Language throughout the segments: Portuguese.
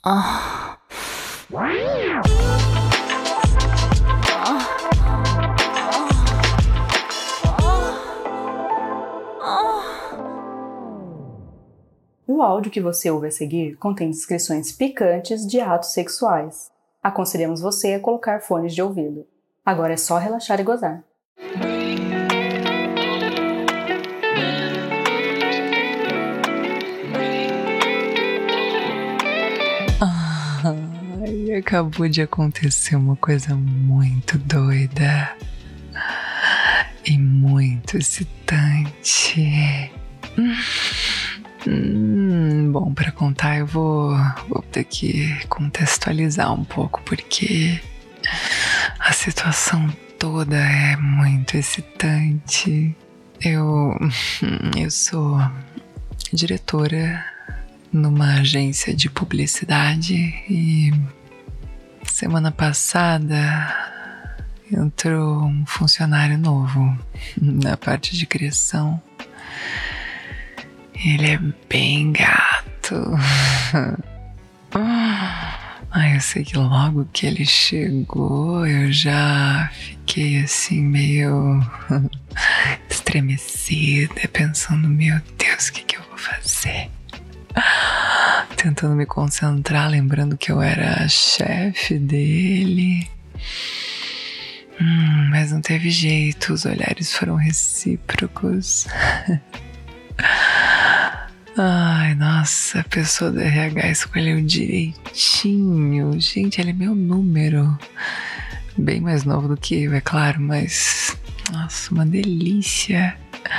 Ah. O áudio que você ouve a seguir contém descrições picantes de atos sexuais. Aconselhamos você a colocar fones de ouvido. Agora é só relaxar e gozar. Ai, acabou de acontecer uma coisa muito doida e muito excitante. Bom, para contar eu vou ter que contextualizar um pouco, porque a situação toda é muito excitante. Eu sou diretora numa agência de publicidade e semana passada entrou um funcionário novo na parte de criação. Ele é bem gato. Eu sei que logo que ele chegou eu já fiquei assim meio estremecida, pensando, meu Deus, o que eu vou fazer? Tentando me concentrar, lembrando que eu era a chefe dele. Mas não teve jeito, os olhares foram recíprocos. Ai, nossa, a pessoa do RH escolheu direitinho. Gente, ele é meu número. Bem mais novo do que eu, é claro, mas... Nossa, uma delícia.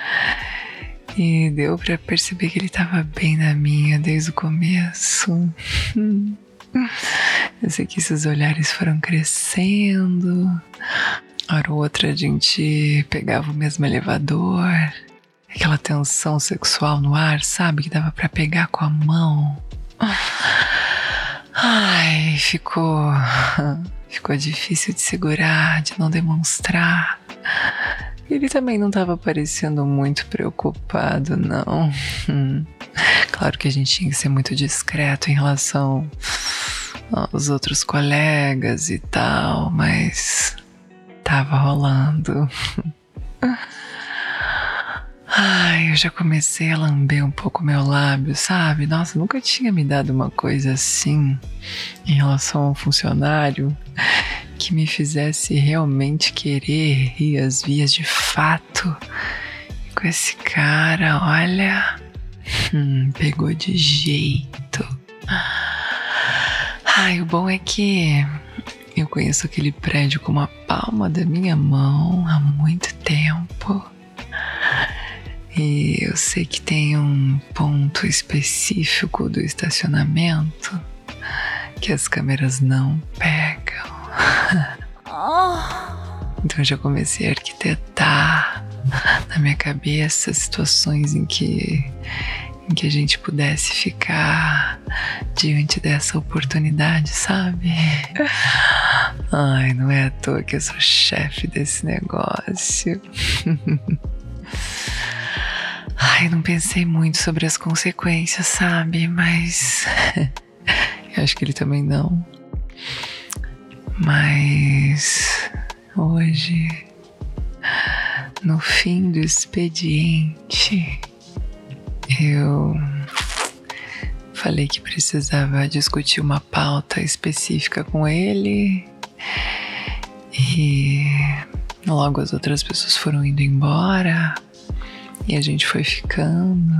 E deu pra perceber que ele tava bem na minha desde o começo. Eu sei que esses olhares foram crescendo. Hora ou outra a gente pegava o mesmo elevador. Aquela tensão sexual no ar, sabe? Que dava pra pegar com a mão. Ai, ficou difícil de segurar, de não demonstrar. Ele também não estava parecendo muito preocupado, não. Claro que a gente tinha que ser muito discreto em relação aos outros colegas e tal, mas tava rolando. Ai, eu já comecei a lamber um pouco meu lábio, sabe? Nossa, nunca tinha me dado uma coisa assim em relação a um funcionário que me fizesse realmente querer ir às vias de fato. E com esse cara, olha, pegou de jeito. Ai, o bom é que eu conheço aquele prédio como a palma da minha mão há muito tempo. E eu sei que tem um ponto específico do estacionamento que as câmeras não pegam. Então eu já comecei a arquitetar na minha cabeça situações em que a gente pudesse ficar diante dessa oportunidade, sabe? Ai, não é à toa que eu sou chefe desse negócio. Ai, não pensei muito sobre as consequências, sabe? Mas eu acho que ele também não. Mas hoje, no fim do expediente, eu falei que precisava discutir uma pauta específica com ele e logo as outras pessoas foram indo embora. E a gente foi ficando.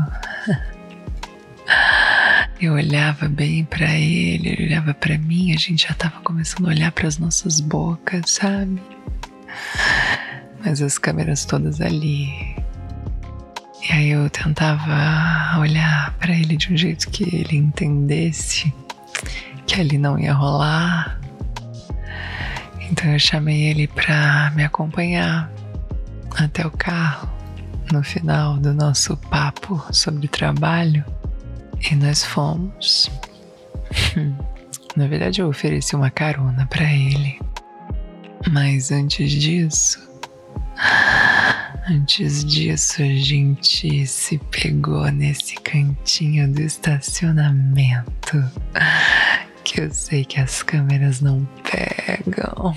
Eu olhava bem pra ele, ele olhava pra mim, a gente já tava começando a olhar pras nossas bocas, sabe? Mas as câmeras todas ali. E aí eu tentava olhar pra ele de um jeito que ele entendesse que ali não ia rolar. Então eu chamei ele pra me acompanhar até o carro. No final do nosso papo sobre trabalho, e nós fomos. Na verdade, eu ofereci uma carona pra ele. Mas antes disso, a gente se pegou nesse cantinho do estacionamento. Eu sei que as câmeras não pegam.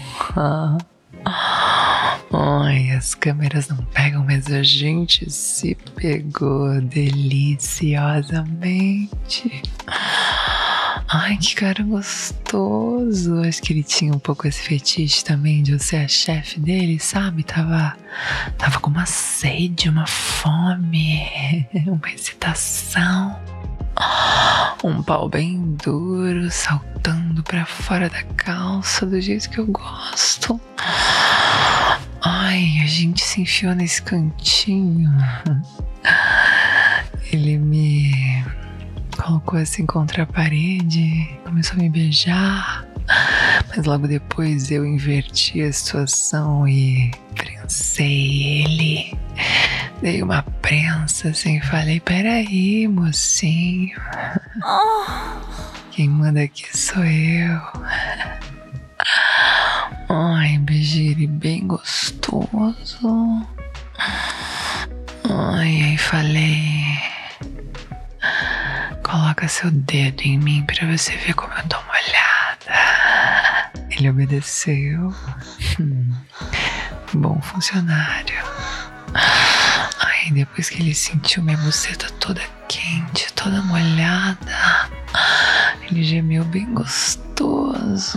Ai, as câmeras não pegam, mas a gente se pegou deliciosamente. Ai, que cara gostoso. Acho que ele tinha um pouco esse fetiche também de eu ser a chefe dele, sabe? Tava com uma sede, uma fome, uma excitação. Um pau bem duro, saltando pra fora da calça do jeito que eu gosto. Ai, a gente se enfiou nesse cantinho. Ele me colocou assim contra a parede, começou a me beijar, mas logo depois eu inverti a situação e prensei ele. Dei uma prensa assim, falei: peraí, mocinho, quem manda aqui sou eu. Ai, beijei ele bem gostoso. Ai, aí falei: coloca seu dedo em mim pra você ver como eu tô molhada. Ele obedeceu. Bom funcionário. Aí depois que ele sentiu minha buceta toda quente, toda molhada, ele gemeu bem gostoso.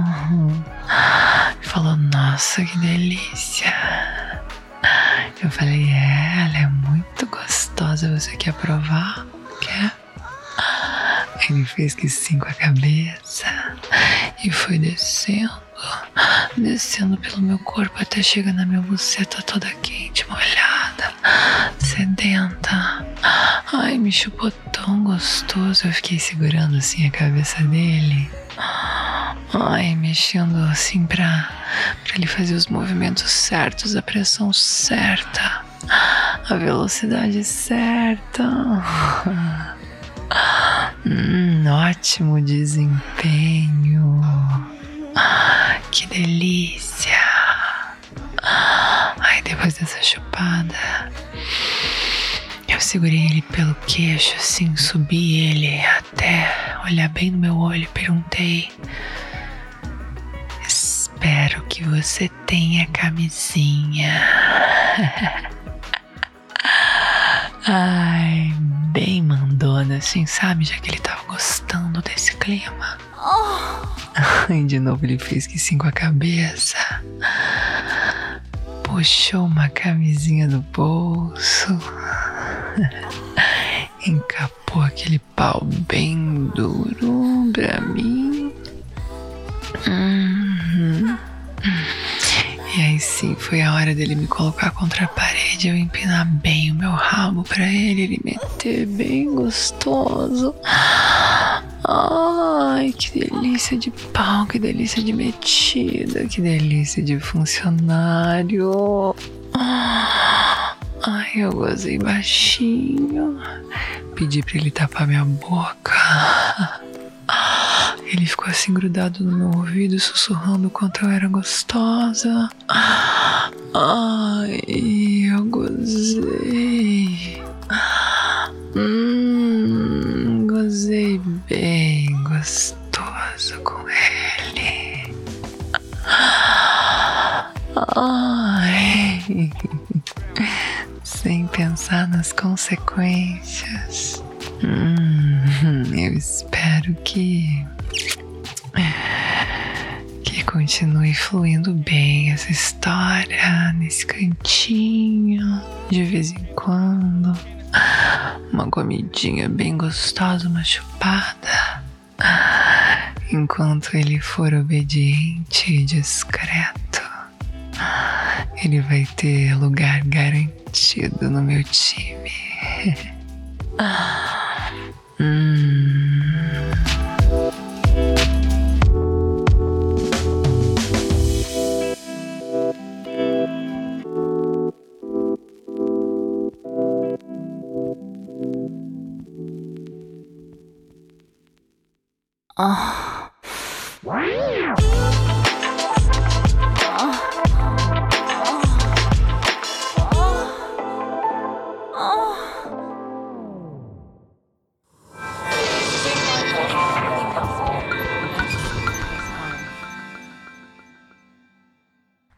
E falou: nossa, que delícia. Eu falei: ela é muito gostosa, você quer provar? Quer? Ele fez que sim com a cabeça e foi descendo pelo meu corpo até chegar na minha buceta toda quente, molhada, sedenta. Ai, me chupou tão gostoso. Eu fiquei segurando assim a cabeça dele. Ai, mexendo assim pra ele fazer os movimentos certos, a pressão certa, a velocidade certa. Ótimo desempenho. Que delícia. Ai, depois dessa chupada, eu segurei ele pelo queixo, assim, subi ele até olhar bem no meu olho e perguntei: espero que você tenha camisinha. Ai, bem mandona, assim, sabe? Já que ele tava gostando desse clima. E de novo ele fez que sim com a cabeça. Puxou uma camisinha do bolso. Encapou aquele pau bem duro pra mim. E aí sim, foi a hora dele me colocar contra a parede, eu empinar bem o meu rabo pra ele meter bem gostoso. Ai, que delícia de pau, que delícia de metida, que delícia de funcionário. Ai, eu gozei baixinho, pedi pra ele tapar minha boca. Ele ficou assim grudado no meu ouvido, sussurrando o quanto eu era gostosa. Ai, eu gozei. Gozei bem gostoso com ele. Ai, sem pensar nas consequências. Eu espero que continue fluindo bem essa história nesse cantinho, de vez em quando. Uma comidinha bem gostosa, uma chupada. Enquanto ele for obediente e discreto, ele vai ter lugar garantido no meu time. Oh.